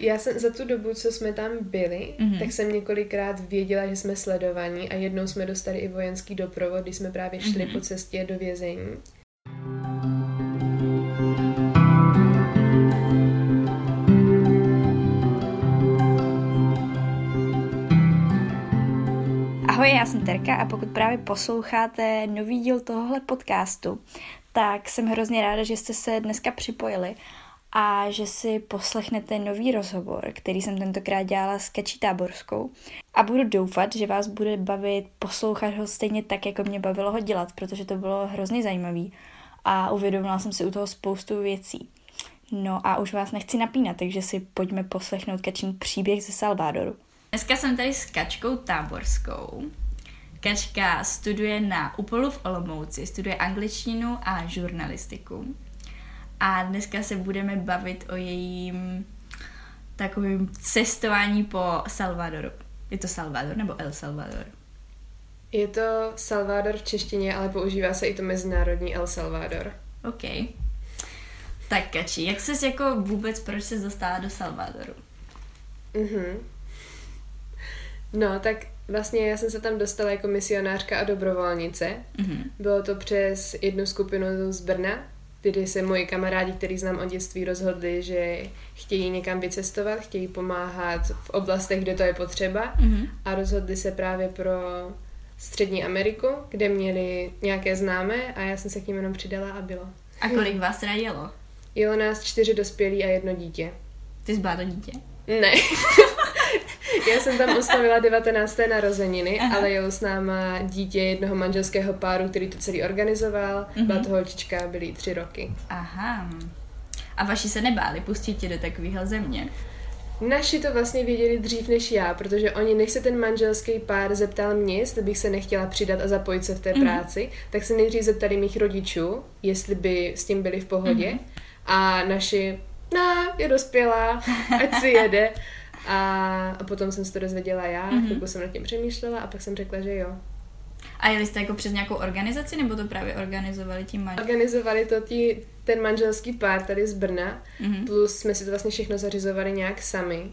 Já jsem za tu dobu, co jsme tam byli, tak jsem několikrát věděla, že jsme sledovaní a jednou jsme dostali i vojenský doprovod, když jsme právě šli po cestě do vězení. Ahoj, já jsem Terka a pokud právě posloucháte nový díl tohohle podcastu, tak jsem hrozně ráda, že jste se dneska připojili a že si poslechnete nový rozhovor, který jsem tentokrát dělala s Kačí Táborskou. A budu doufat, že vás bude bavit poslouchat ho stejně tak, jako mě bavilo ho dělat, protože to bylo hrozně zajímavý a uvědomila jsem si u toho spoustu věcí. No a už vás nechci napínat, takže si pojďme poslechnout Kačin příběh ze Salvadoru. Dneska jsem tady s Kačkou Táborskou. Kačka studuje na UPOLu v Olomouci, studuje angličtinu a žurnalistiku. A dneska se budeme bavit o jejím takovým cestování po Salvadoru. Je to Salvador nebo El Salvador? Je to Salvador v češtině, ale používá se i to mezinárodní El Salvador. OK. Tak Kači, jak ses jako vůbec, proč ses dostala do Salvadoru? No, tak vlastně já jsem se tam dostala jako misionářka a dobrovolnice. Bylo to přes jednu skupinu z Brna, kdy se moji kamarádi, který znám od dětství, rozhodli, že chtějí někam vycestovat, chtějí pomáhat v oblastech, kde to je potřeba a rozhodli se právě pro Střední Ameriku, kde měli nějaké známé a já jsem se k ním jenom přidala a bylo. A kolik vás teda jelo? Jelo nás 4 dospělí a 1 dítě. Ty jsi byla to dítě? Ne. Já jsem tam oslavila 19. narozeniny, ale jelo s náma dítě jednoho manželského páru, který to celý organizoval. Byla to holčička, byly jí 3 roky. Aha. A vaši se nebáli pustit tě do takovéhle země? Naši to vlastně věděli dřív než já, protože oni, než se ten manželský pár zeptal mě, jestli bych se nechtěla přidat a zapojit se v té práci, tak se nejdřív zeptali mých rodičů, jestli by s tím byli v pohodě. A naši, je dospělá, ať si jede. A potom jsem se to dozvěděla já, chvilku jsem nad tím přemýšlela a pak jsem řekla, že jo. A jeli jste jako přes nějakou organizaci, nebo to právě organizovali tím manželským? Organizovali to ten manželský pár tady z Brna, plus jsme si to vlastně všechno zařizovali nějak sami.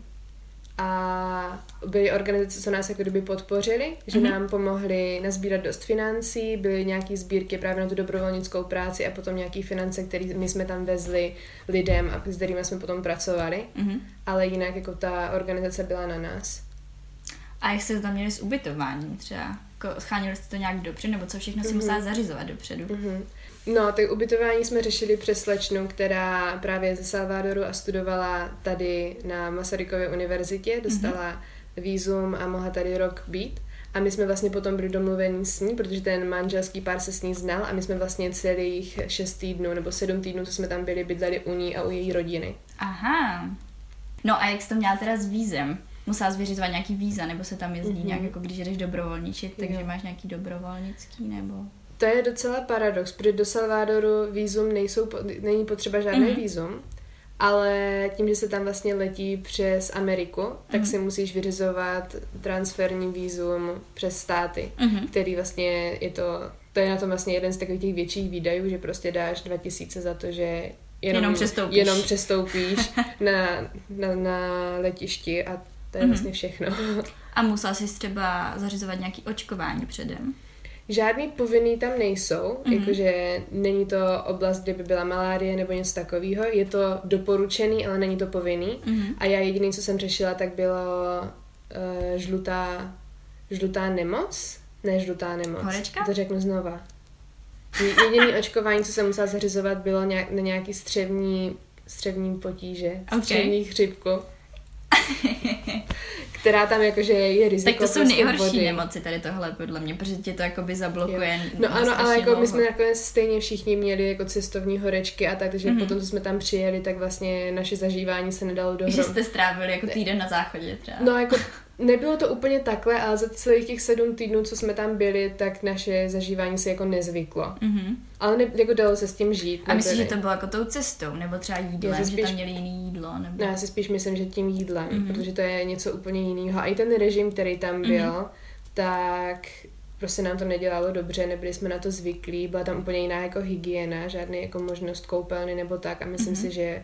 A byly organizace, co nás jako kdyby podpořili, že nám pomohli nazbírat dost financí, byly nějaký sbírky právě na tu dobrovolnickou práci a potom nějaký finance, které my jsme tam vezli lidem a s kterými jsme potom pracovali. Ale jinak jako ta organizace byla na nás. A jak jste to tam měli s ubytováním třeba? Schánili jste to nějak dopředu, nebo co všechno si musela zařizovat dopředu? No, tak ubytování jsme řešili přes slečnu, která právě ze Salvadoru a studovala tady na Masarykově univerzitě, dostala vízum a mohla tady rok být. A my jsme vlastně potom byli domluveni s ní, protože ten manželský pár se s ní znal a my jsme vlastně celých 6 týdnů nebo 7 týdnů, co jsme tam byli, bydleli u ní a u její rodiny. Aha. No a jak jsi to měla teda s vízem? Musela vyřizovat nějaký víza, nebo se tam jezdí nějak, jako když jdeš dobrovolničit, takže máš nějaký dobrovolnický, nebo... To je docela paradox, protože do Salvadoru vízum není potřeba žádné vízum, ale tím, že se tam vlastně letí přes Ameriku, tak si musíš vyřizovat transferní vízum přes státy, který vlastně to je na tom vlastně jeden z takových těch větších výdajů, že prostě dáš 2000 za to, že jenom přestoupíš na letišti a to je vlastně všechno. A musela jsi třeba zařizovat nějaký očkování předem? Žádný povinný tam nejsou, jakože není to oblast, kde by byla malárie nebo něco takového. Je to doporučený, ale není to povinný. A já jediný, co jsem řešila, tak bylo žlutá nemoc. Ne žlutá nemoc. Horečka? To řeknu znova. Jediný očkování, co jsem musela zařizovat, bylo na nějaký střevní potíže. Okay. Střevní chřipku. Která tam jakože je riziko. Tak to jsou nejhorší nemoci tady tohle podle mě, protože tě to jakoby zablokuje. No ano, ale jako my jsme nakonec stejně všichni měli jako cestovní horečky a tak, takže potom, co jsme tam přijeli, tak vlastně naše zažívání se nedalo dohromady. Že jste strávili jako týden na záchodě třeba. No jako nebylo to úplně takhle, ale za celých těch 7 týdnů, co jsme tam byli, tak naše zažívání se jako nezvyklo. Ale jako dalo se s tím žít. A myslíš, že to bylo jako tou cestou, nebo třeba jídlem, že tam měli jiný jídlo? Nebo... No, já si spíš myslím, že tím jídlem, protože to je něco úplně jiného. A i ten režim, který tam byl, tak prostě nám to nedělalo dobře, nebyli jsme na to zvyklí, byla tam úplně jiná jako hygiena, žádný jako možnost koupelny nebo tak a myslím si, že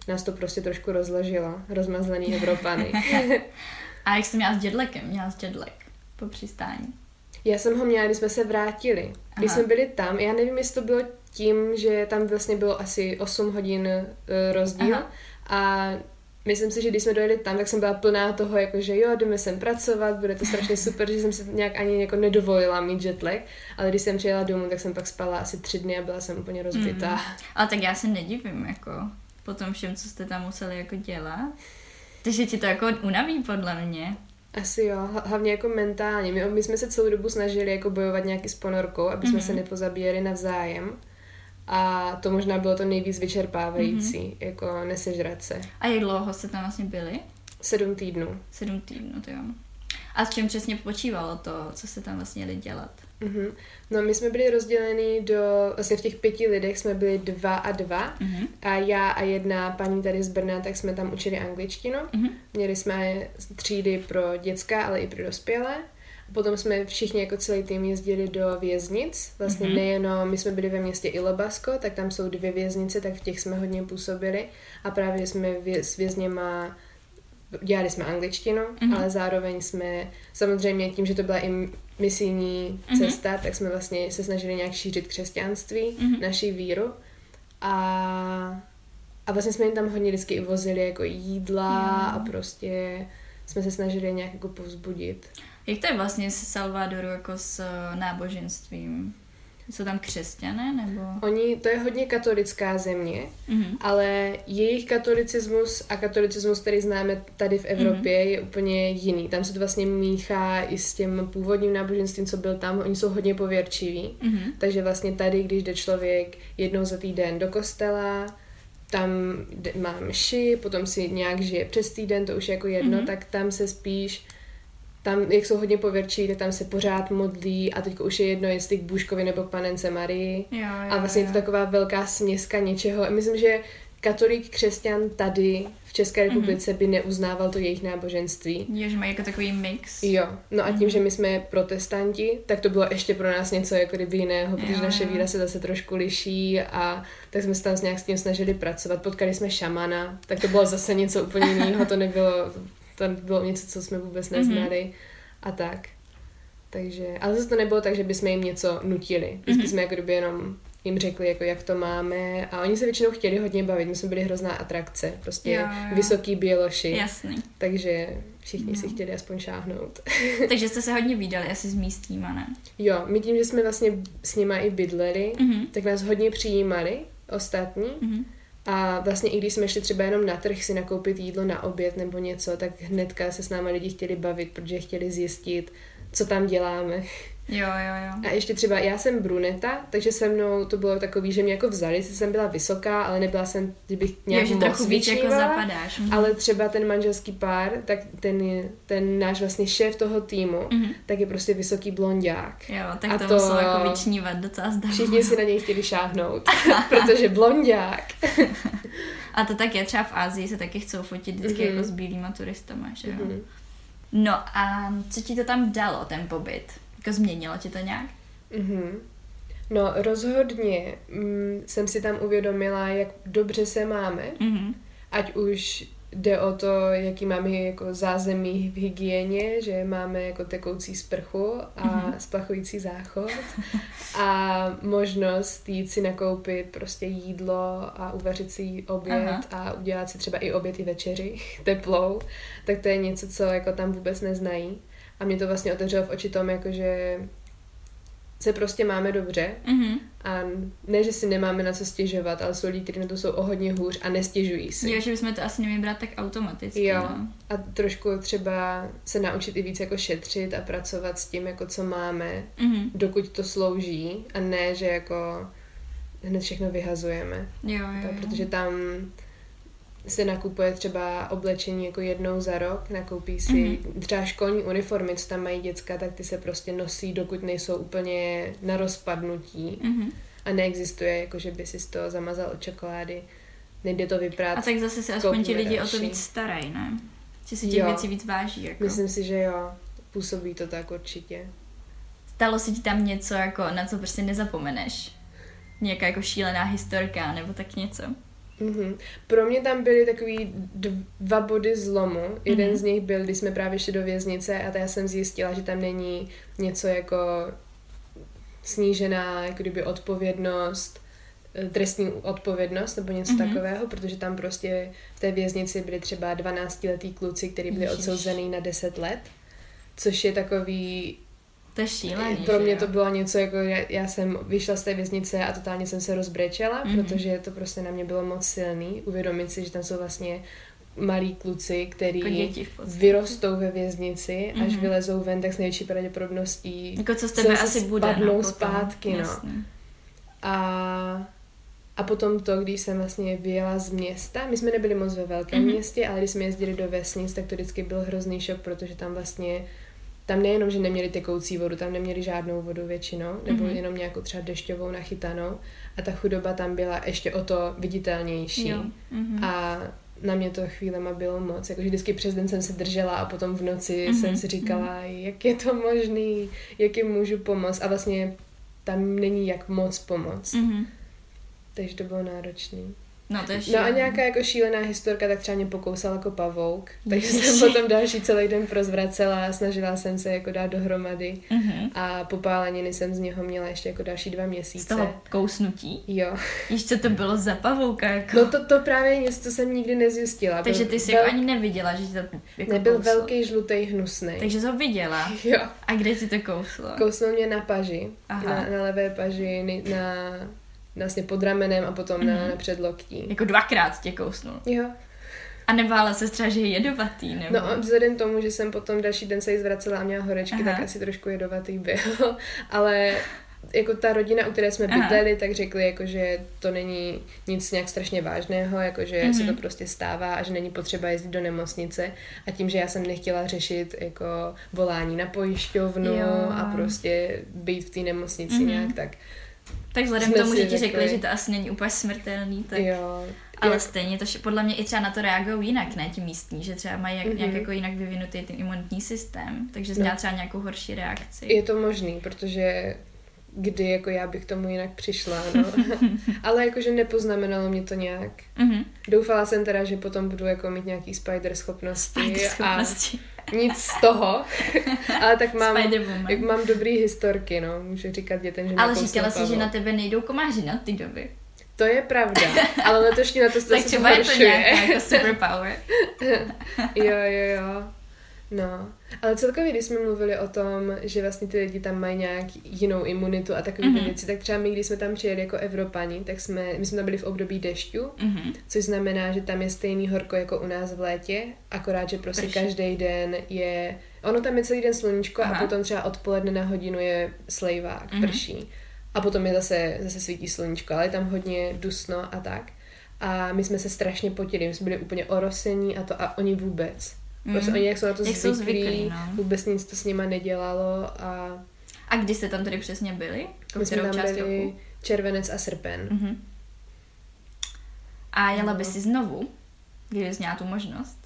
nás to prostě trošku rozložilo, rozmazlený Evropany. A jak jsi měla s jetlegem? Měla s jetlag po přistání? Já jsem ho měla, když jsme se vrátili. Když jsme byli tam, já nevím, jestli to bylo tím, že tam vlastně bylo asi 8 hodin rozdíl. A myslím si, že když jsme dojeli tam, tak jsem byla plná toho, jako že jo, jdeme sem pracovat, bude to strašně super, že jsem se nějak ani jako nedovolila mít jetlag, ale když jsem přijela domů, tak jsem pak spala asi 3 dny a byla jsem úplně rozbitá. Ale tak já se nedivím, jako po tom všem, co jste tam museli jako dělat. Takže ti to jako unaví, podle mě. Asi jo, hlavně jako mentálně. My jsme se celou dobu snažili jako bojovat nějaký s ponorkou, aby jsme se nepozabíjeli navzájem. A to možná bylo to nejvíc vyčerpávající, jako nesežrat se. A jak dlouho jste tam vlastně byli? 7 týdnů. 7 týdnů, to jo. A s čím přesně počívalo to, co jste tam vlastně jeli dělat? No my jsme byli rozděleni vlastně v těch 5 lidech jsme byli 2 a 2 a já a jedna paní tady z Brna, tak jsme tam učili angličtinu. Měli jsme třídy pro dětská, ale i pro dospělé. Potom jsme všichni jako celý tým jezdili do věznic. Vlastně nejenom, my jsme byli ve městě Ilobasko, tak tam jsou 2 věznice, tak v těch jsme hodně působili. A právě jsme s vězněma dělali jsme angličtinu, ale zároveň jsme samozřejmě tím, že to byla i misijní cesta, tak jsme vlastně se snažili nějak šířit křesťanství, naši víru. A vlastně jsme jim tam hodně vždycky i vozili jako jídla a prostě jsme se snažili nějak jako povzbudit. Jak to je vlastně s Salvadoru jako s náboženstvím? Jsou tam křesťané, nebo? To je hodně katolická země, ale jejich katolicismus a katolicismus, který známe tady v Evropě, je úplně jiný. Tam se to vlastně míchá i s tím původním náboženstvím, co byl tam. Oni jsou hodně pověrčiví, takže vlastně tady, když jde člověk jednou za týden do kostela, tam má mši, potom si nějak žije přes týden, to už je jako jedno, tak tam se spíš tam, jak jsou hodně pověrčiví, tak tam se pořád modlí a teďko už je jedno, jestli k Bůžkovi nebo k Panence Marii. A vlastně je to taková velká směska něčeho. A myslím, že katolík křesťan tady v České republice by neuznával to jejich náboženství. Jo, že mají jako takový mix. Jo, no a tím, že my jsme protestanti, tak to bylo ještě pro nás něco jako kdyby jiného, protože naše víra se zase trošku liší a tak jsme se tam nějak s tím snažili pracovat. Potkali jsme šamana, tak to bylo zase něco úplně jiného, to bylo něco, co jsme vůbec neznali a tak. Takže, ale zase to nebylo tak, že bychom jim něco nutili. Vždycky jsme jako kdyby jenom jim řekli, jako jak to máme a oni se většinou chtěli hodně bavit. My jsme byli hrozná atrakce, prostě vysoký běloši. Jasný. Takže všichni si chtěli aspoň šáhnout. Takže jste se hodně vídali asi s místníma, ne? Jo, my tím, že jsme vlastně s nima i bydleli, tak nás hodně přijímali ostatní. A vlastně i když jsme šli třeba jenom na trh si nakoupit jídlo na oběd nebo něco, tak hnedka se s náma lidi chtěli bavit, protože chtěli zjistit, co tam děláme. Jo. A ještě třeba, já jsem bruneta, takže se mnou to bylo takový, že mě jako vzali, jsem byla vysoká, ale nebyla jsem, kdybych nějak moc trochu víc jako zapadáš. Ale třeba ten manželský pár, tak ten náš vlastně šéf toho týmu, tak je prostě vysoký blonďák. Jo, tak to muselo jako vyčnívat docela zdarma. Všichni si na něj chtěli šáhnout, protože blonďák. A to tak je, třeba v Asii se taky chcou fotit vždycky jako s bílýma turistama, že jo? No a co ti to tam dalo, ten pobyt? Jako změnilo ti to nějak? No rozhodně jsem si tam uvědomila, jak dobře se máme. Ať už jde o to, jaký máme jako zázemí v hygieně, že máme jako tekoucí sprchu a splachující záchod a možnost jít si nakoupit prostě jídlo a uvařit si oběd a udělat si třeba i oběd i večeři teplou, tak to je něco, co jako tam vůbec neznají. A mě to vlastně otevřelo v oči tom, jakože se prostě máme dobře a ne, že si nemáme na co stěžovat, ale jsou lidi, kteří na to jsou o hodně hůř a nestěžují si. Jo, že bychom to asi neměli brát tak automaticky. Jo. No. A trošku třeba se naučit i víc jako šetřit a pracovat s tím, jako co máme, dokud to slouží a ne, že jako hned všechno vyhazujeme. Jo. Protože tam se nakupuje třeba oblečení jako jednou za rok, nakoupí si třeba školní uniformy, co tam mají děcka, tak ty se prostě nosí, dokud nejsou úplně na rozpadnutí a neexistuje, jako že by si z toho zamazal od čokolády, nejde to vyprát. A tak zase se aspoň ti lidi o to víc starají, ne? Že si těch věcí víc váží. Jako. Myslím si, že jo, působí to tak určitě. Stalo se ti tam něco, jako, na co prostě nezapomeneš? Nějaká jako šílená historka nebo tak něco? Pro mě tam byly takový 2 body zlomu. Jeden z nich byl, když jsme právě šli do věznice a já jsem zjistila, že tam není něco jako snížená jako kdyby odpovědnost, trestní odpovědnost nebo něco takového, protože tam prostě v té věznici byli třeba 12letí kluci, kteří byli odsouzený na 10 let, což je takový... To je šílený, pro mě to bylo něco jako, já jsem vyšla z té věznice a totálně jsem se rozbrečela, protože to prostě na mě bylo moc silný, uvědomit si, že tam jsou vlastně malí kluci, který vyrostou ve věznici, až vylezou ven, tak s největší pravděpodobností jako co z tebe asi bude, spadnou zpátky, A potom to, když jsem vlastně vyjela z města, my jsme nebyli moc ve velkém městě, ale když jsme jezdili do vesnic, tak to vždycky byl hrozný šok, protože tam vlastně, tam nejenom, že neměli tekoucí vodu, tam neměli žádnou vodu většinou, nebo jenom nějakou třeba dešťovou nachytanou a ta chudoba tam byla ještě o to viditelnější. A na mě to chvílema bylo moc, jakože vždycky přes den jsem se držela a potom v noci jsem si říkala, jak je to možný, jak jim můžu pomoct a vlastně tam není jak moc pomoct. Takže to bylo náročný. No, to je no a nějaká jako šílená historka, tak třeba mě pokousal jako pavouk, takže jsem potom další celý den prozvracela a snažila jsem se jako dát dohromady a popáleniny jsem z něho měla ještě jako další 2 měsíce. Z toho kousnutí? Jo. Víš, co to bylo za pavouka? Jako? No to právě je něco, co jsem nikdy nezjistila. Takže ty jsi jako ani neviděla, že ti to jako nebyl kouslo. Velký, žlutej, hnusnej. Takže jsi ho viděla? Jo. A kde ti to kouslo? Kouslo mě na paži, na levé paži, vlastně pod ramenem a potom na předloktí. Jako 2krát tě kousnul. Jo. A nebála se třeba, že je jedovatý, nebo? No vzhledem tomu, že jsem potom další den se jí zvracela a měla horečky, tak asi trošku jedovatý byl. Ale jako ta rodina, u které jsme bydleli, tak řekli, jako, že to není nic nějak strašně vážného, jako, že se to prostě stává a že není potřeba jezdit do nemocnice. A tím, že já jsem nechtěla řešit jako volání na pojišťovnu a prostě být v té nemocnici nějak, tak vzhledem k tomu, že ti řekli, že to asi není úplně smrtelný, tak... Jo. Ale stejně to podle mě i třeba na to reagují jinak, ne ti místní, že třeba mají nějak jako jinak vyvinutý ten imunitní systém, takže jsi měla třeba nějakou horší reakci. Je to možný, protože kdy jako já bych tomu jinak přišla, no. Ale jakože nepoznamenalo mě to nějak. Doufala jsem teda, že potom budu jako mít nějaký spider schopnosti. A nic z toho. Ale tak mám dobrý historky, no. Můžu říkat dětem, že ale říkala jsi, že na tebe nejdou komáři na ty doby. To je pravda, ale letošní na to se tak třeba je to nějaká jako superpower. Jo. No, ale celkově, když jsme mluvili o tom, že vlastně ty lidi tam mají nějak jinou imunitu a takové věci, tak třeba my, když jsme tam přijeli jako Evropani, tak my jsme tam byli v období dešťu, což znamená, že tam je stejný horko jako u nás v létě, akorát, že prostě každý den je, ono tam je celý den sluníčko a potom třeba odpoledne na hodinu je slejvák, prší. A potom je zase svítí sluníčko, ale je tam hodně dusno a tak. A my jsme se strašně potili, my jsme byli úplně orosení a oni vůbec. Prostě oni jak jsou na to zvyklí, vůbec nic to s nima nedělalo. A kdy jste tam tedy přesně byli? My jsme tam byli červenec a srpen. A jela by si znovu, kdyby jsi měla tu možnost?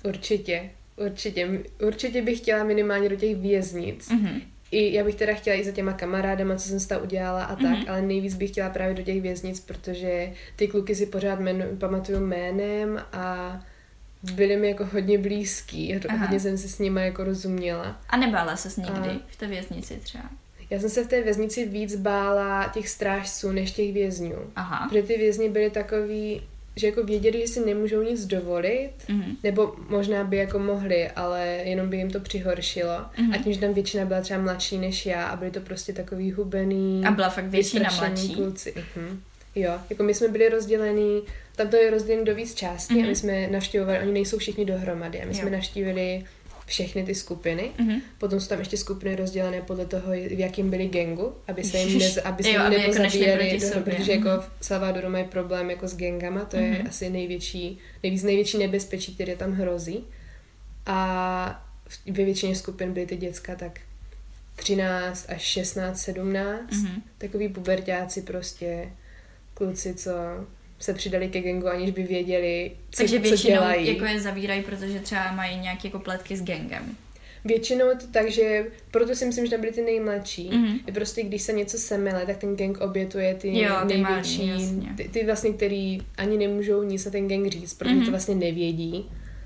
Určitě bych chtěla minimálně do těch věznic. I já bych teda chtěla i za těma kamarádama, co jsem si tam udělala a tak, ale nejvíc bych chtěla právě do těch věznic, protože ty kluky si pořád pamatuju jménem a byli mi jako hodně blízký. Hodně jsem se s nimi jako rozuměla. A nebála ses nikdy v té věznici třeba? Já jsem se v té věznici víc bála těch strážců než těch vězňů. Protože ty vězni byli takový, že jako věděli, že si nemůžou nic dovolit, nebo možná by jako mohli, ale jenom by jim to přihoršilo. A tím, že tam většina byla třeba mladší než já a byli to prostě takový hubený, a byla fakt většina mladší. Kluci. Jo, jako my jsme byli rozdělený, tam to je rozdělený do víc částí a my jsme navštěvovali, oni nejsou všichni dohromady a my jsme navštívili všechny ty skupiny. Potom jsou tam ještě skupiny rozdělené podle toho, v jakým byli gangu, aby se jim nepozabíjeli, protože jako v Salvadoru mají problém jako s gangama, to je asi největší nebezpečí, které tam hrozí. A ve většině skupin byly ty děcka tak 13 až 16, 17, takový puberťáci prostě, kluci, co se přidali ke gangu, aniž by věděli, co dělají. Takže většinou jako je zavírají, protože třeba mají nějaké jako pletky s gangem. Většinou je to tak, že proto si myslím, že tam byly ty nejmladší. Je prostě, když se něco semele, tak ten gang obětuje ty největší, ty vlastně, který ani nemůžou nic na ten gang říct, protože to vlastně nevědí.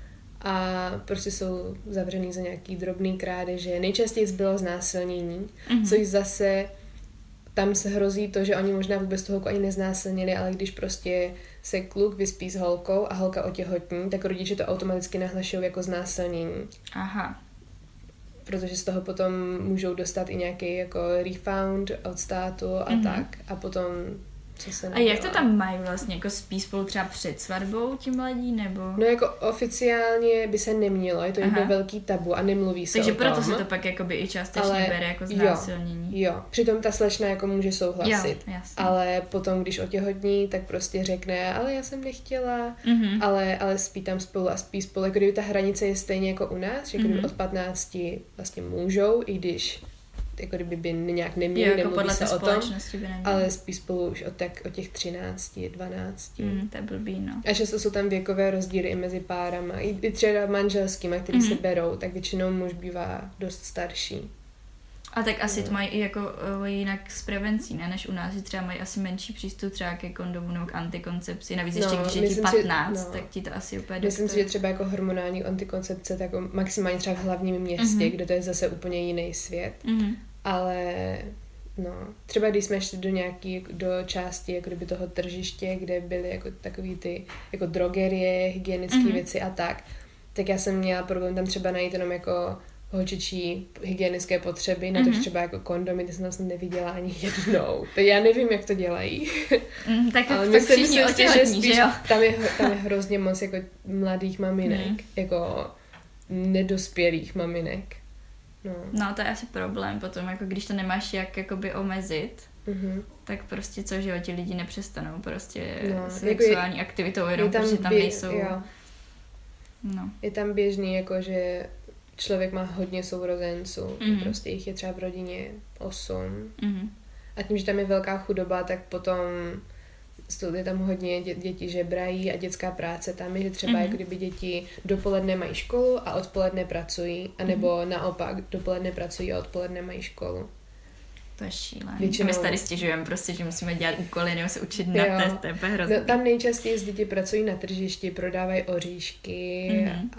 A prostě jsou zavřený za nějaký drobný krádeže. Nejčastěji bylo znásilnění, což zase tam se hrozí to, že oni možná vůbec toho holku ani neznásilnili, ale když prostě se kluk vyspí s holkou a holka otěhotní, tak rodiče to automaticky nahlašují jako znásilnění. Aha. Protože z toho potom můžou dostat i nějaký jako refund od státu a tak. A potom, co se nedělá. A jak to tam mají vlastně? Jako spí spolu třeba před svatbou ti mladí, nebo? No jako oficiálně by se nemělo, je to jedno velký tabu a nemluví se takže o tom. proto se to pak jakoby i částečně bere jako znásilnění. Jo, přitom ta slečna jako může souhlasit. Jo, ale potom, když otěhotní, tak prostě řekne, ale já jsem nechtěla, ale spí tam spolu a spí spolu. Jako kdyby ta hranice je stejně jako u nás, že kdyby od 15 vlastně můžou, i když jako kdyby by nějak neměli, nemluví se o tom, ale spí spolu už od těch 13, 12. To je blbý, no. A často jsou tam věkové rozdíly i mezi párama. I třeba manželskýma, který se berou, tak většinou muž bývá dost starší. A tak asi to mají i jako jinak s prevencí, ne, než u nás, že třeba mají asi menší přístup třeba ke kondomu nebo k antikoncepci. Navíc ještě když je ti 15, tak ti to asi úplně myslím si, že třeba jako hormonální antikoncepce, tak jako maximálně třeba v hlavním městě, kde to je zase úplně jiný svět. Ale třeba když jsme šli do části jako kdyby toho tržiště, kde byly jako takový ty jako drogerie, hygienické věci a tak já jsem měla problém tam třeba najít jenom jako holčičí hygienické potřeby, na to třeba jako kondomy, ty jsem tam snad neviděla ani jednou. Tak já nevím, jak to dělají. Tak ale myslím si, že spíš tam je hrozně moc jako mladých maminek, jako nedospělých maminek. No, to je asi problém potom, jako když to nemáš jak jakoby omezit, tak prostě co, že ti lidi nepřestanou prostě sexuální aktivitou, jenom protože tam nejsou. Jo. No. Je tam běžný, jako že člověk má hodně sourozenců, prostě jich je třeba v rodině 8. A tím, že tam je velká chudoba, tak potom je tam hodně děti žebrají a dětská práce tam je, že třeba jako kdyby děti dopoledne mají školu a odpoledne pracují, anebo naopak dopoledne pracují a odpoledne mají školu. To je šílené. Většinou... My se tady stěžujeme prostě, že musíme dělat úkoly nebo se učit na test, to je hrozný. No, tam nejčastěji děti pracují na tržišti, prodávají oříšky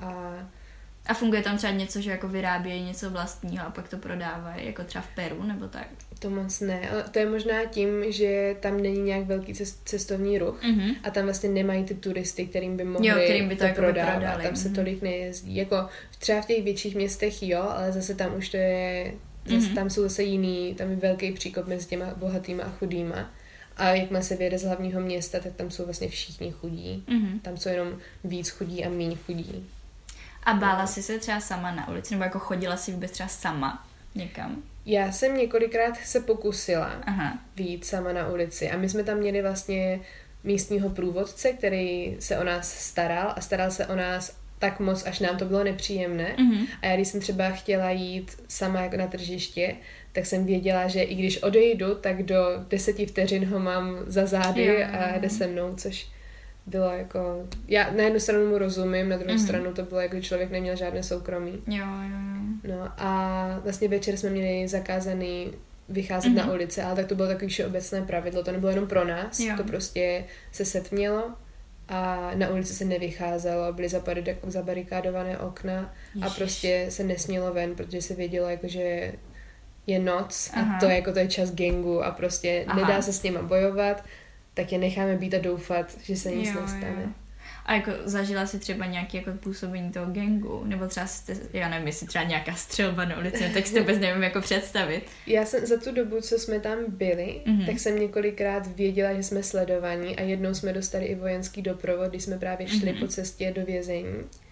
A funguje tam třeba něco, že jako vyrábějí něco vlastního a pak to prodávají, jako třeba v Peru nebo tak? To moc ne, ale to je možná tím, že tam není nějak velký cestovní ruch a tam vlastně nemají ty turisty, kterým by mohli to prodávat. Tam se tolik nejezdí. Jako třeba v těch větších městech ale zase tam už to je, tam jsou zase jiný, tam je velký příkop mezi těma bohatýma a chudýma. A jakmile se vyjede z hlavního města, tak tam jsou vlastně všichni chudí. Tam jsou jenom víc chudí a míň chudí. A bála jsi se třeba sama na ulici? Nebo jako chodila jsi vůbec třeba sama někam? Já jsem několikrát se pokusila vyjít sama na ulici. A my jsme tam měli vlastně místního průvodce, který se o nás staral. A staral se o nás tak moc, až nám to bylo nepříjemné. A já když jsem třeba chtěla jít sama jako na tržiště, tak jsem věděla, že i když odejdu, tak do 10 vteřin ho mám za zády a jde se mnou, což bylo jako... Já na jednu stranu mu rozumím, na druhou stranu to bylo jako člověk neměl žádné soukromí. Jo. No a vlastně večer jsme měli zakázaný vycházet na ulici, ale tak to bylo takový všeobecné pravidlo, to nebylo jenom pro nás, to prostě se setmělo a na ulici se nevycházelo, byly zabarikádované okna a prostě se nesmělo ven, protože se vědělo, jako, že je noc a to je čas gangu a prostě nedá se s nima bojovat, tak je necháme být a doufat, že se nic nestane. Jo. A jako zažila jsi třeba nějaké jako působení toho gangu? Nebo třeba já nevím, jestli třeba nějaká střelba na ulici, tak si to vůbec nevím jako představit. Já jsem za tu dobu, co jsme tam byli, tak jsem několikrát věděla, že jsme sledovaní a jednou jsme dostali i vojenský doprovod, když jsme právě šli po cestě do vězení.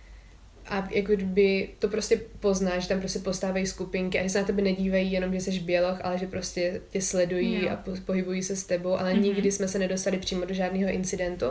A jako kdyby to prostě poznáš, že tam prostě postávají skupinky a že se na tebe nedívají jenom, že jsi běloch, ale že prostě tě sledují a pohybují se s tebou, ale nikdy jsme se nedostali přímo do žádného incidentu.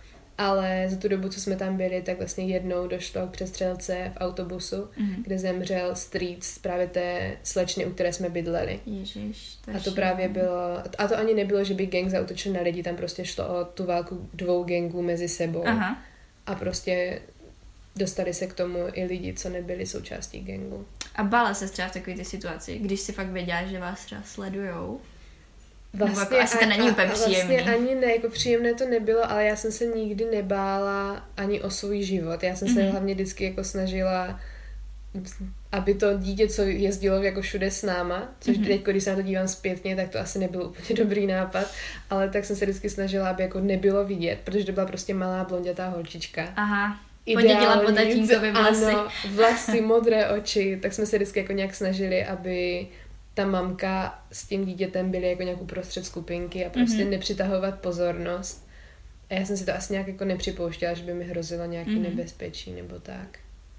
Ale za tu dobu, co jsme tam byli, tak vlastně jednou došlo k přestřelce v autobusu, kde zemřel strýc právě té slečny, u které jsme bydleli. Ježiš, a to právě bylo, a to ani nebylo, že by gang zaútočil na lidi, tam prostě šlo o tu válku 2 gangů mezi sebou. A prostě dostali se k tomu i lidi, co nebyli součástí gangu. A bála se třeba v takové ty situaci, když si fakt věděla, že vás třeba sledujou? Vlastně, nebo jako, asi to není úplně příjemný. Vlastně ani ne, jako příjemné to nebylo, ale já jsem se nikdy nebála ani o svůj život. Já jsem se hlavně vždycky jako snažila, aby to dítě, co jezdilo jako všude s náma, což teď, když se na to dívám zpětně, tak to asi nebyl úplně dobrý nápad, ale tak jsem se vždycky snažila, aby jako nebylo vidět, protože to byla prostě malá blondětá holčička. Aha. Podědila po tatínkovi vlasy. Ano, vlasy, modré oči, tak jsme se vždycky jako nějak snažili, aby ta mamka s tím dítětem byly jako nějak uprostřed skupinky a prostě nepřitahovat pozornost. A já jsem si to asi nějak jako nepřipouštěla, že by mi hrozilo nějaký nebezpečí nebo tak.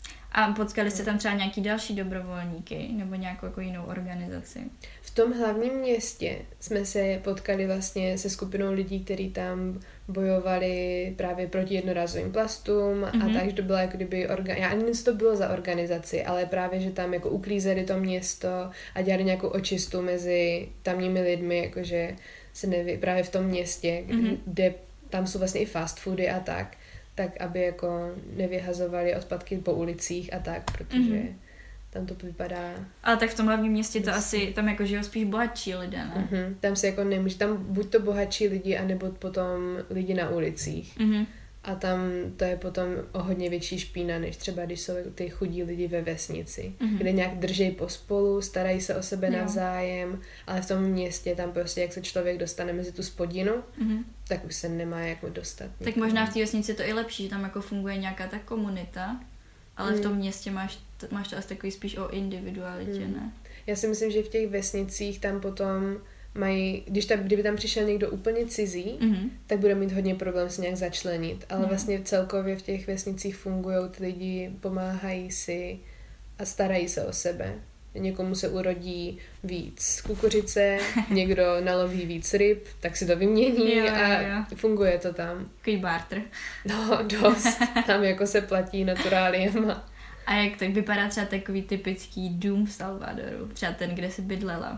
A potkali jste tam třeba nějaký další dobrovolníky nebo nějakou jako jinou organizaci? V tom hlavním městě jsme se potkali vlastně se skupinou lidí, kteří tam bojovali právě proti jednorázovým plastům a tak, že to byla jako kdyby já ani nevím, co to bylo za organizaci, ale právě, že tam jako uklízeli to město a dělali nějakou očistu mezi tamními lidmi, jakože se neví, právě v tom městě, kde tam jsou vlastně i fast foody a tak aby jako nevyhazovali odpadky po ulicích a tak, protože tam to vypadá... Ale tak v tom hlavním městě to asi, tam jako žijou spíš bohatší lidé, ne? Tam se jako nemůže, tam buď to bohatší lidi, anebo potom lidi na ulicích. A tam to je potom o hodně větší špína, než třeba když jsou ty chudí lidi ve vesnici, kde nějak drží pospolu, starají se o sebe navzájem, ale v tom městě tam prostě, jak se člověk dostane mezi tu spodinu, tak už se nemá jak dostat. Tak možná v té vesnici to i lepší, že tam jako funguje nějaká ta komunita, ale v tom městě máš to asi takový spíš o individualitě, ne? Já si myslím, že v těch vesnicích tam potom mají, kdyby tam přišel někdo úplně cizí, tak bude mít hodně problém se nějak začlenit. Ale vlastně celkově v těch vesnicích fungují ty lidi, pomáhají si a starají se o sebe. Někomu se urodí víc kukuřice, někdo naloví víc ryb, tak si to vymění a funguje to tam. Takový barter. No, dost. Tam jako se platí naturáliema. A jak tak vypadá třeba takový typický dům v Salvadoru? Třeba ten, kde jsi bydlela?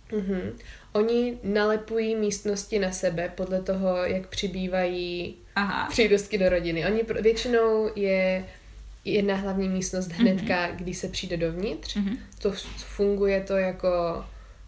Oni nalepují místnosti na sebe podle toho, jak přibývají přírostky do rodiny. Oni většinou je jedna hlavní místnost hnedka, když se přijde dovnitř. To funguje to jako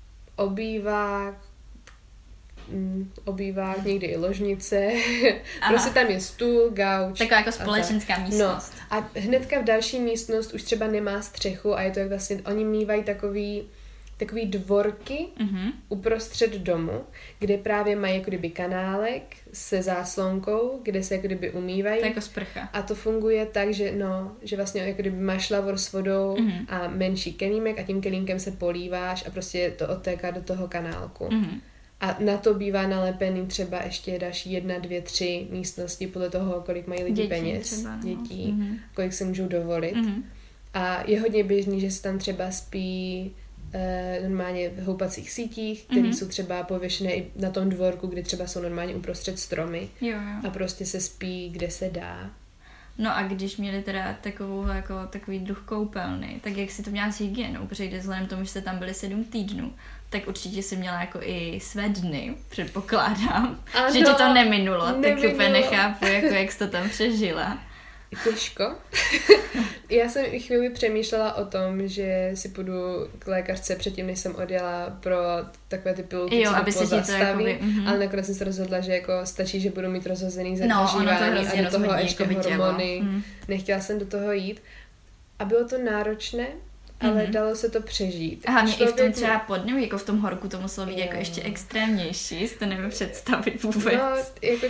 obývák, někdy i ložnice. Prostě tam je stůl, gauč. Taková jako společenská místnost. No. A hnedka v další místnost už třeba nemá střechu a je to jak vlastně, oni mívají takový dvorky uprostřed domu, kde právě mají jako kdyby kanálek se záslonkou, kde se jako kdyby umývají. To jako sprcha. A to funguje tak, že vlastně jako kdyby máš lavor s vodou a menší kelímek a tím kelímkem se políváš a prostě to odtéká do toho kanálku. A na to bývá nalepený třeba ještě další 1, 2, 3 místnosti podle toho, kolik mají lidi peněz, třeba, dětí, kolik se můžou dovolit. A je hodně běžný, že se tam třeba spí normálně v houpacích sítích, které jsou třeba pověšené i na tom dvorku, kde třeba jsou normálně uprostřed stromy. Jo. A prostě se spí, kde se dá. No a když měli teda takový druh koupelny, tak jak si to měla s hygienou? Protože vzhledem tomu, že jste tam byli 7 týdnů, tak určitě si měla jako i své dny, předpokládám. Ano, že ti to neminulo. Tak úplně nechápu, jako jak jsi to tam přežila. Těžko. Já jsem i chvíli přemýšlela o tom, že si půjdu k lékařce předtím, než jsem odjela pro takové ty pilulky, co aby to pozastaví, ale nakonec jsem se rozhodla, že jako stačí, že budu mít rozhozený zadržívání a do toho ještě hormony. Nechtěla jsem do toho jít. A bylo to náročné, ale dalo se to přežít. A hlavně i v tom třeba podnebí, jako v tom horku, to muselo být jako ještě extrémnější, si to nevím představit vůbec. No, jako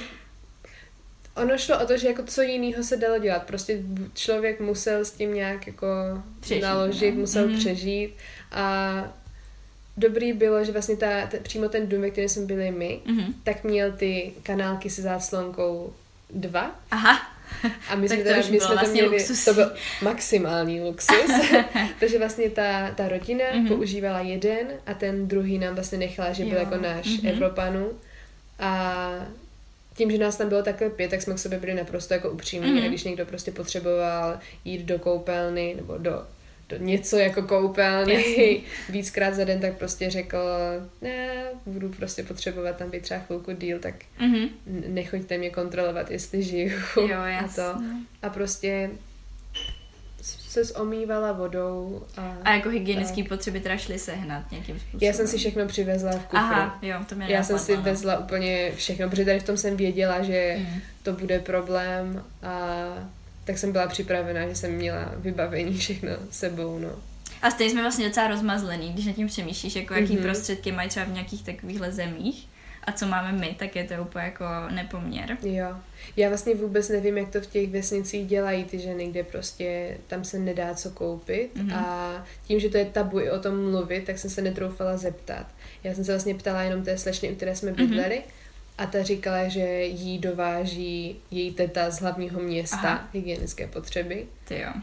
ono šlo o to, že jako co jinýho se dalo dělat. Prostě člověk musel s tím nějak jako naložit, musel přežít a dobrý bylo, že vlastně přímo ten dům, ve kterém jsme byli my, tak měl ty kanálky se záclonkou 2. Aha. A my jsme to měli, to byl maximální luxus. Takže vlastně ta rodina používala jeden a ten druhý nám vlastně nechala, že byl jako náš Evropanů. A tím, že nás tam bylo takhle 5, tak jsme k sobě byli naprosto jako upřímní. A když někdo prostě potřeboval jít do koupelny nebo do něco jako koupelny víckrát za den, tak prostě řekl, ne, budu prostě potřebovat tam být třeba chvilku díl, tak nechoďte mě kontrolovat, jestli žiju. Jo, a prostě se omývala vodou. A jako hygienické potřeby teda šly sehnat nějakým způsobem? Já jsem si všechno přivezla v kufru. Aha, jo, to mě Já jsem si vezla úplně všechno, protože tady v tom jsem věděla, že to bude problém a tak jsem byla připravená, že jsem měla vybavení všechno sebou, no. A stejně jsme vlastně docela rozmazlený, když nad tím přemýšlíš, jako jaký prostředky mají třeba v nějakých takovýchhle zemích a co máme my, tak je to úplně jako nepoměr. Jo. Já vlastně vůbec nevím, jak to v těch vesnicích dělají ty ženy, kde prostě tam se nedá co koupit a tím, že to je tabu i o tom mluvit, tak jsem se netroufala zeptat. Já jsem se vlastně ptala jenom té slečny, u které jsme bydleli a ta říkala, že jí dováží její teta z hlavního města hygienické potřeby. Ty jo.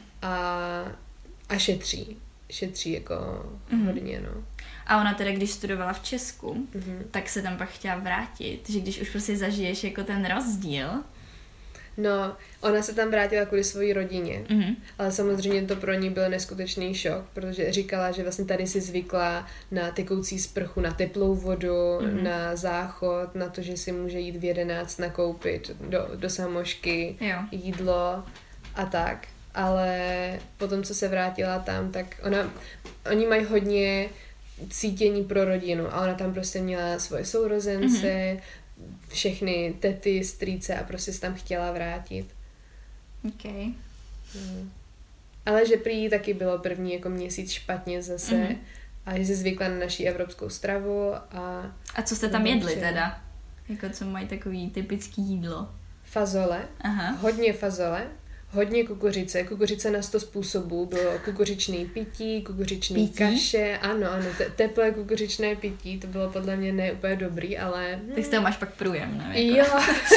A šetří jako hodně, no. A ona teda, když studovala v Česku, tak se tam pak chtěla vrátit, že když už prostě zažiješ jako ten rozdíl. No, ona se tam vrátila kvůli své rodině, ale samozřejmě to pro ní byl neskutečný šok, protože říkala, že vlastně tady si zvykla na tekoucí sprchu, na teplou vodu, na záchod, na to, že si může jít v 11 nakoupit do samošky, jídlo a tak. Ale potom, co se vrátila tam, tak oni mají hodně cítění pro rodinu a ona tam prostě měla svoje sourozence, všechny tety, strýce a prostě se tam chtěla vrátit. Okay. Ale že prý taky bylo první jako měsíc špatně zase a že si zvykla na naši evropskou stravu a co jste tam jedli teda? Jako co mají takový typický jídlo? Fazole, hodně fazole. Hodně kukuřice na 100 způsobů, bylo kukuřičné pití, kukuřičné kaše, ano, teplé kukuřičné pití, to bylo podle mě ne úplně dobrý, ale... Tak z toho máš pak průjem, nevím. Jo,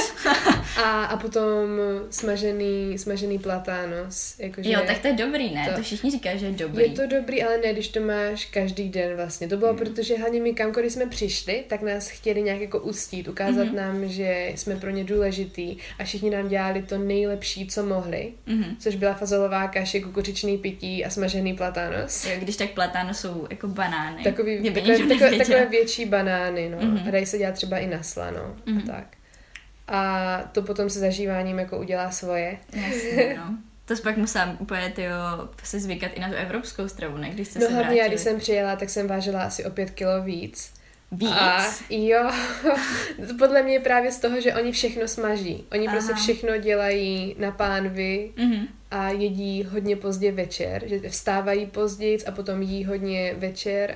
a potom smažený platános. Jakože jo, tak to je dobrý, ne? To všichni říkají, že je dobrý. Je to dobrý, ale ne, když to máš každý den vlastně. To bylo, protože hlavně my kamkoliv jsme přišli, tak nás chtěli nějak jako uctít, ukázat nám, že jsme pro ně důležitý a všichni nám dělali to nejlepší, co mohli. Což byla fazolová kaše, kukuřičný pití a smažený platános. Jo, když tak platáno jsou jako banány. Takové větší banány, no. A dají se dělat třeba i na slano a tak. A to potom se zažíváním jako udělá svoje. Jasně, no. To jsi pak musela úplně se zvykat i na tu evropskou stravu, ne? Když jste se hlavně vrátili. Já, když jsem přijela, tak jsem vážila asi o 5 kilo víc. Víc? A jo, podle mě právě z toho, že oni všechno smaží. Oni prostě všechno dělají na pánvi a jedí hodně pozdě večer, že vstávají později a potom jí hodně večer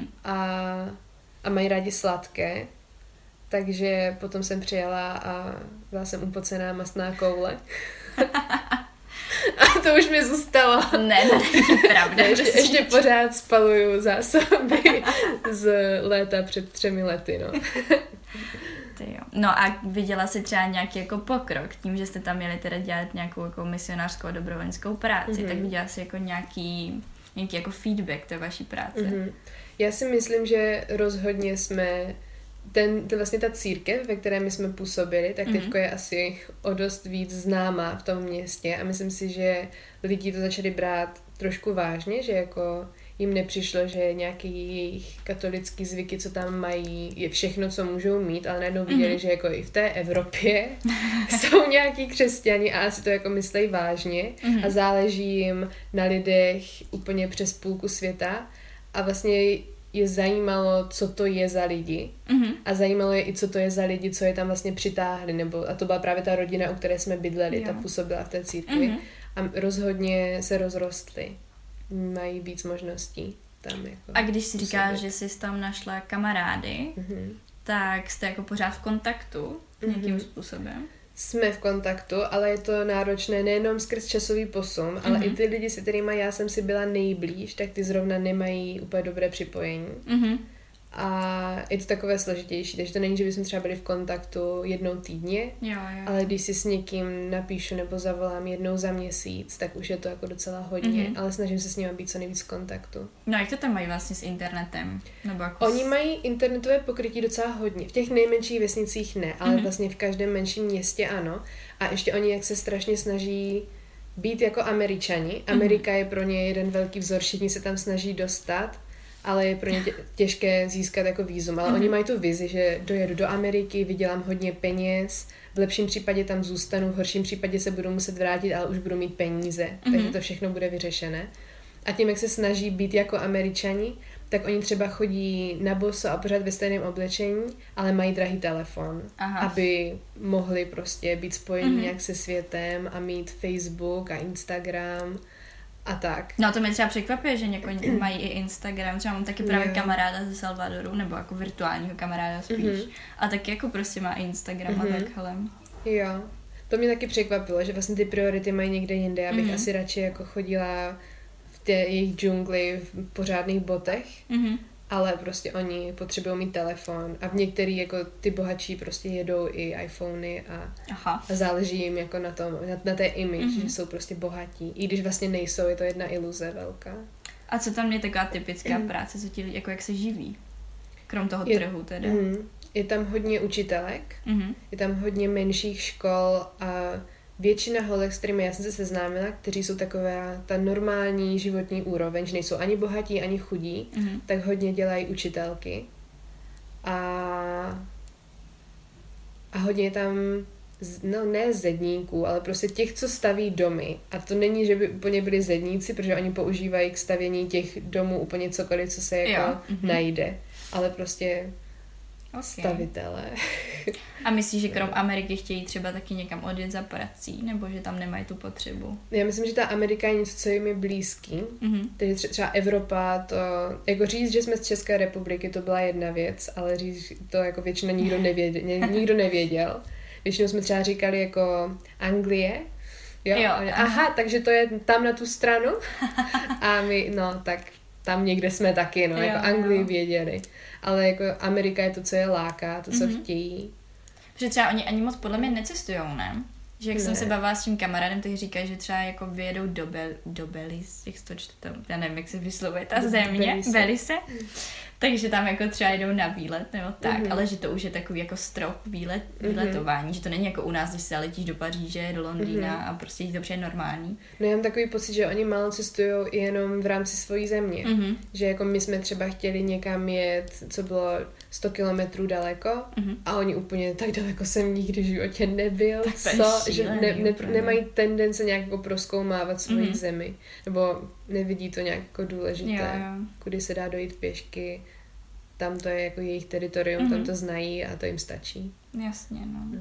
a mají rádi sladké. Takže potom jsem přijela a byla jsem upocená mastná koule. A to už mi zůstalo. Ne, to není pravda. Ještě pořád spaluju zásoby z léta před 3 lety, no. No a viděla jsi třeba nějaký jako pokrok tím, že jste tam měli teda dělat nějakou jako misionářskou dobrovolnickou práci, tak viděla jsi jako nějaký jako feedback té vaší práce? Já si myslím, že rozhodně jsme vlastně ta církev, ve které my jsme působili, tak teďko je asi o dost víc známá v tom městě a myslím si, že lidi to začali brát trošku vážně, že jako jim nepřišlo, že nějaký jejich katolický zvyky, co tam mají, je všechno, co můžou mít, ale najednou viděli, že jako i v té Evropě jsou nějaký křesťani a asi to jako myslejí vážně a záleží jim na lidech úplně přes půlku světa a vlastně je zajímalo, co to je za lidi a zajímalo je i, co to je za lidi, co je tam vlastně přitáhli, a to byla právě ta rodina, u které jsme bydleli, ta působila v té církvi a rozhodně se rozrostly. Mají víc možností tam jako. A když si říkáš, že jsi tam našla kamarády, tak jste jako pořád v kontaktu nějakým způsobem? Jsme v kontaktu, ale je to náročné nejenom skrz časový posun, ale i ty lidi, se kterými já jsem si byla nejblíž, tak ty zrovna nemají úplně dobré připojení. A je to takové složitější, takže to není, že bychom třeba byli v kontaktu jednou týdně, ale když si s někým napíšu nebo zavolám jednou za měsíc, tak už je to jako docela hodně, ale snažím se s nimi být co nejvíc v kontaktu. No jak to tam mají vlastně s internetem? Nebo jako Oni mají internetové pokrytí docela hodně. V těch nejmenších vesnicích ne, ale vlastně v každém menším městě ano. A ještě oni jak se strašně snaží být jako Američani. Amerika je pro ně jeden velký vzor, všichni se tam snaží dostat. ale je pro ně těžké získat jako vízum. Ale oni mají tu vizi, že dojedu do Ameriky, vydělám hodně peněz, v lepším případě tam zůstanu, v horším případě se budu muset vrátit, ale už budu mít peníze, takže to všechno bude vyřešené. A tím, jak se snaží být jako Američani, tak oni třeba chodí na boso a pořád ve stejném oblečení, ale mají drahý telefon, aby mohli prostě být spojení nějak se světem a mít Facebook a Instagram a tak. No to mě třeba překvapuje, že někoho mají i Instagram, třeba mám taky právě kamaráda ze Salvadoru, nebo jako virtuálního kamaráda spíš, a taky jako prostě má Instagram a takhle. Jo, to mě taky překvapilo, že vlastně ty priority mají někde jinde, já bych asi radši jako chodila v té jejich džungli v pořádných botech, ale prostě oni potřebují mít telefon a v některý jako ty bohatší prostě jedou i iPhony a záleží jim jako na tom, na té image, že jsou prostě bohatí, i když vlastně nejsou, je to jedna iluze velká. A co tam je taková typická práce, co ti lidi, jako jak se živí? Krom toho trhu teda. Je tam hodně učitelek, je tam hodně menších škol a většina holek, s kterými já jsem se seznámila, kteří jsou taková ta normální životní úroveň, že nejsou ani bohatí, ani chudí, tak hodně dělají učitelky. A hodně je tam, no ne zedníků, ale prostě těch, co staví domy. A to není, že by úplně byli zedníci, protože oni používají k stavění těch domů úplně cokoliv, co se jako najde. Ale prostě stavitelé. A myslíš, že krom Ameriky chtějí třeba taky někam odjet za prací, nebo že tam nemají tu potřebu? Já myslím, že ta Amerika je něco, co jim je blízký. Takže třeba Evropa, to jako říct, že jsme z České republiky, to byla jedna věc, ale říct to jako většina nikdo nevěděl. Většinou jsme třeba říkali jako Anglie, jo. Aha, takže to je tam na tu stranu a my, no tak tam někde jsme taky, no, jako Anglii věděli. Ale jako Amerika je to, co je láká, to, co chtějí. Protože třeba oni ani moc podle mě necestujou, ne? Že jak jsem se bavila s tím kamarádem, tak říká, že třeba jako vyjedou do Belize, jak to čtu, já nevím, jak se vyslovuje ta země, Belize. Takže tam jako třeba jdou na výlet, nebo tak, ale že to už je takový jako strop výletování, že to není jako u nás, když se letíš do Paříže, do Londýna a prostě to přijde normální. No já mám takový pocit, že oni málo cestují jenom v rámci svojí země. Že jako my jsme třeba chtěli někam jet, co bylo 100 kilometrů daleko a oni úplně tak daleko jsem nikdy v životě nebyl, že nemají tendence nějak jako prozkoumávat svoji zemi, nebo nevidí to nějak jako důležité, kudy se dá dojít pěšky, tam to je jako jejich teritorium, tam to znají a to jim stačí. Jasně, no.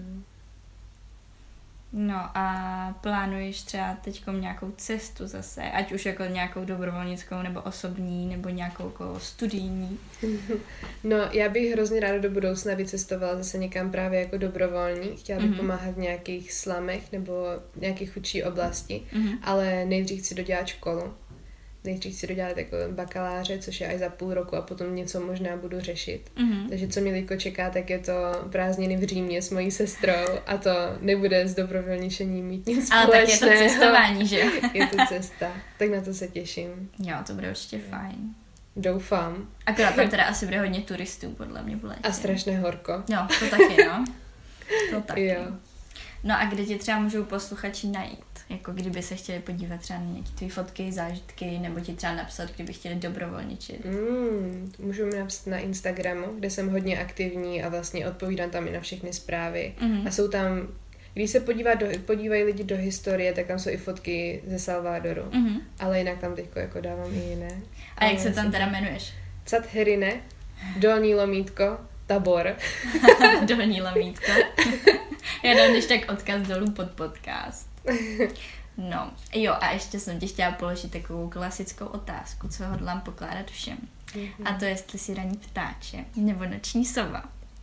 No a plánuješ třeba teďkom nějakou cestu zase, ať už jako nějakou dobrovolnickou, nebo osobní, nebo nějakou jako studijní? No, já bych hrozně ráda do budoucna vycestovala zase někam právě jako dobrovolník. Chtěla bych pomáhat v nějakých slamech nebo nějakých chudší oblasti, ale nejdřív chci dodělat školu. Nejdřív chci dodělat jako bakaláře, což je až za půl roku a potom něco možná budu řešit. Takže co mě teďko čeká, tak je to prázdniny v Římě s mojí sestrou a to nebude s dobrovolničením mít nic společného. Ale tak je to cestování, že jo? Je to cesta, tak na to se těším. Jo, to bude určitě fajn. Doufám. Akorát tam teda asi bude hodně turistů, podle mě v létě. A strašné horko. Jo, to taky, no. To taky. Jo. No a kde tě třeba můžou posluchači najít? Jako kdyby se chtěli podívat třeba na nějaké tvý fotky, zážitky, nebo ti třeba napsat, kdyby chtěli dobrovolničit. Můžu mi napsat na Instagramu, kde jsem hodně aktivní a vlastně odpovídám tam i na všechny zprávy. A jsou tam, když se podívají lidi do historie, tak tam jsou i fotky ze Salvadoru. Ale jinak tam teďko jako dávám i jiné. A jak se tam teda jmenuješ? Catherine, Dolní lomítko, Tabor. Dolní lomítko. Já dám když tak odkaz dolů pod podcast. No, jo, a ještě jsem ti chtěla položit takovou klasickou otázku, co hodlám pokládat všem. A to jestli jsi ranní ptáče nebo noční sova.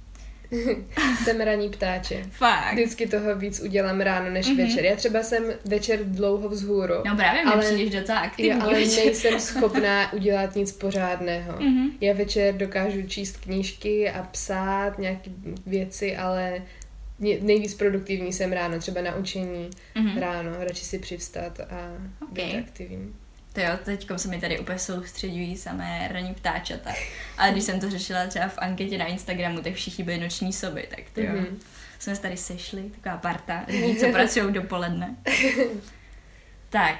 Jsem ranní ptáče. Fakt. Vždycky toho víc udělám ráno než večer. Já třeba jsem večer dlouho vzhůru. No právě, mi přijdeš docela aktivní. Jo, ale nejsem schopná udělat nic pořádného. Já večer dokážu číst knížky a psát nějaké věci, ale nejvíc produktivní jsem ráno, třeba na učení ráno, radši si přivstat a být aktivní. To jo, teďkom se mi tady úplně soustředují samé ranní ptáčata. Ale když jsem to řešila třeba v anketě na Instagramu, tak všichni byli noční sovy, tak to jo. Jsme se tady sešli, taková parta lidí, co pracují dopoledne. Tak,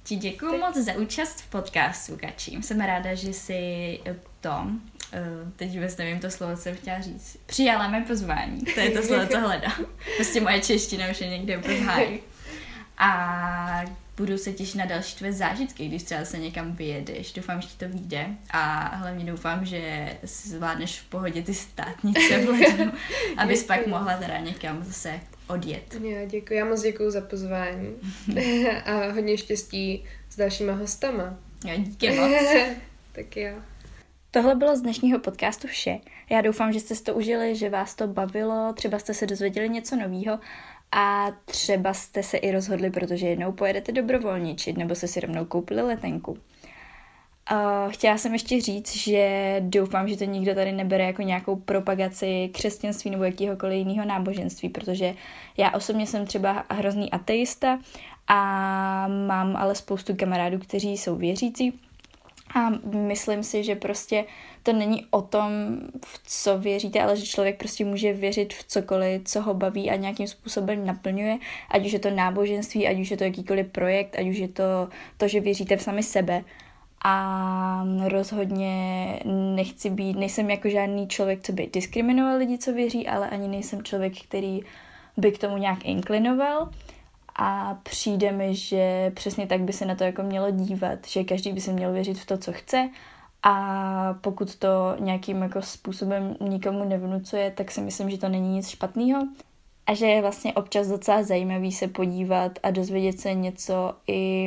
ti děkuju moc za účast v podcastu, Kači. Jsem ráda, že jsi teď vůbec nevím to slovo, co jsem chtěla říct. Přijala mé pozvání, to je to slovo, co hledám. Prostě moje čeština už je někde úplně v háji. A budu se těšit na další tvé zážitky, když třeba se někam vyjedeš. Doufám, že ti to vyjde a hlavně doufám, že si zvládneš v pohodě ty státnice v lednu, abys pak mohla teda někam zase odjet. Jo, děkuji. Já moc děkuju za pozvání a hodně štěstí s dalšíma hostama. Jo, díky moc. Tak jo. Tohle bylo z dnešního podcastu vše. Já doufám, že jste si to užili, že vás to bavilo, třeba jste se dozvěděli něco nového a třeba jste se i rozhodli, protože jednou pojedete dobrovolničit nebo jste si rovnou koupili letenku. Chtěla jsem ještě říct, že doufám, že to nikdo tady nebere jako nějakou propagaci křesťanství nebo jakýhokoliv jiného náboženství, protože já osobně jsem třeba hrozný ateista a mám ale spoustu kamarádů, kteří jsou věřící. A myslím si, že prostě to není o tom, v co věříte, ale že člověk prostě může věřit v cokoliv, co ho baví a nějakým způsobem naplňuje, ať už je to náboženství, ať už je to jakýkoliv projekt, ať už je to, že věříte v sami sebe. A rozhodně nejsem jako žádný člověk, co by diskriminoval lidi, co věří, ale ani nejsem člověk, který by k tomu nějak inklinoval. A přijde mi, že přesně tak by se na to jako mělo dívat, že každý by se měl věřit v to, co chce a pokud to nějakým jako způsobem nikomu nevnucuje, tak si myslím, že to není nic špatného a že je vlastně občas docela zajímavý se podívat a dozvědět se něco i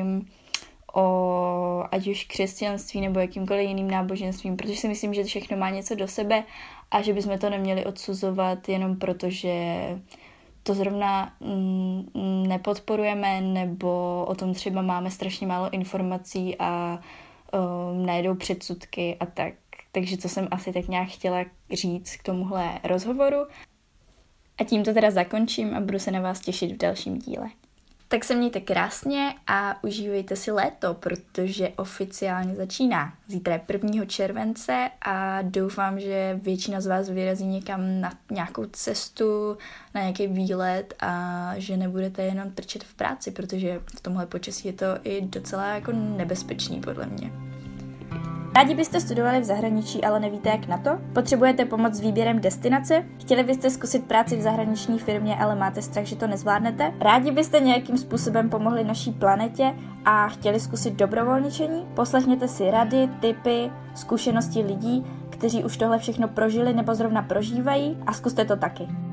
o ať už křesťanství nebo jakýmkoliv jiným náboženstvím, protože si myslím, že všechno má něco do sebe a že bychom to neměli odsuzovat jenom proto, že to zrovna nepodporujeme, nebo o tom třeba máme strašně málo informací a najedou předsudky a tak. Takže to jsem asi tak nějak chtěla říct k tomuhle rozhovoru. A tím to teda zakončím a budu se na vás těšit v dalším díle. Tak se mějte krásně a užívejte si léto, protože oficiálně začíná. Zítra je 1. července a doufám, že většina z vás vyrazí někam na nějakou cestu, na nějaký výlet a že nebudete jenom trčet v práci, protože v tomhle počasí je to i docela jako nebezpečný podle mě. Rádi byste studovali v zahraničí, ale nevíte jak na to? Potřebujete pomoc s výběrem destinace? Chtěli byste zkusit práci v zahraniční firmě, ale máte strach, že to nezvládnete? Rádi byste nějakým způsobem pomohli naší planetě a chtěli zkusit dobrovolničení? Poslechněte si rady, tipy, zkušenosti lidí, kteří už tohle všechno prožili nebo zrovna prožívají a zkuste to taky.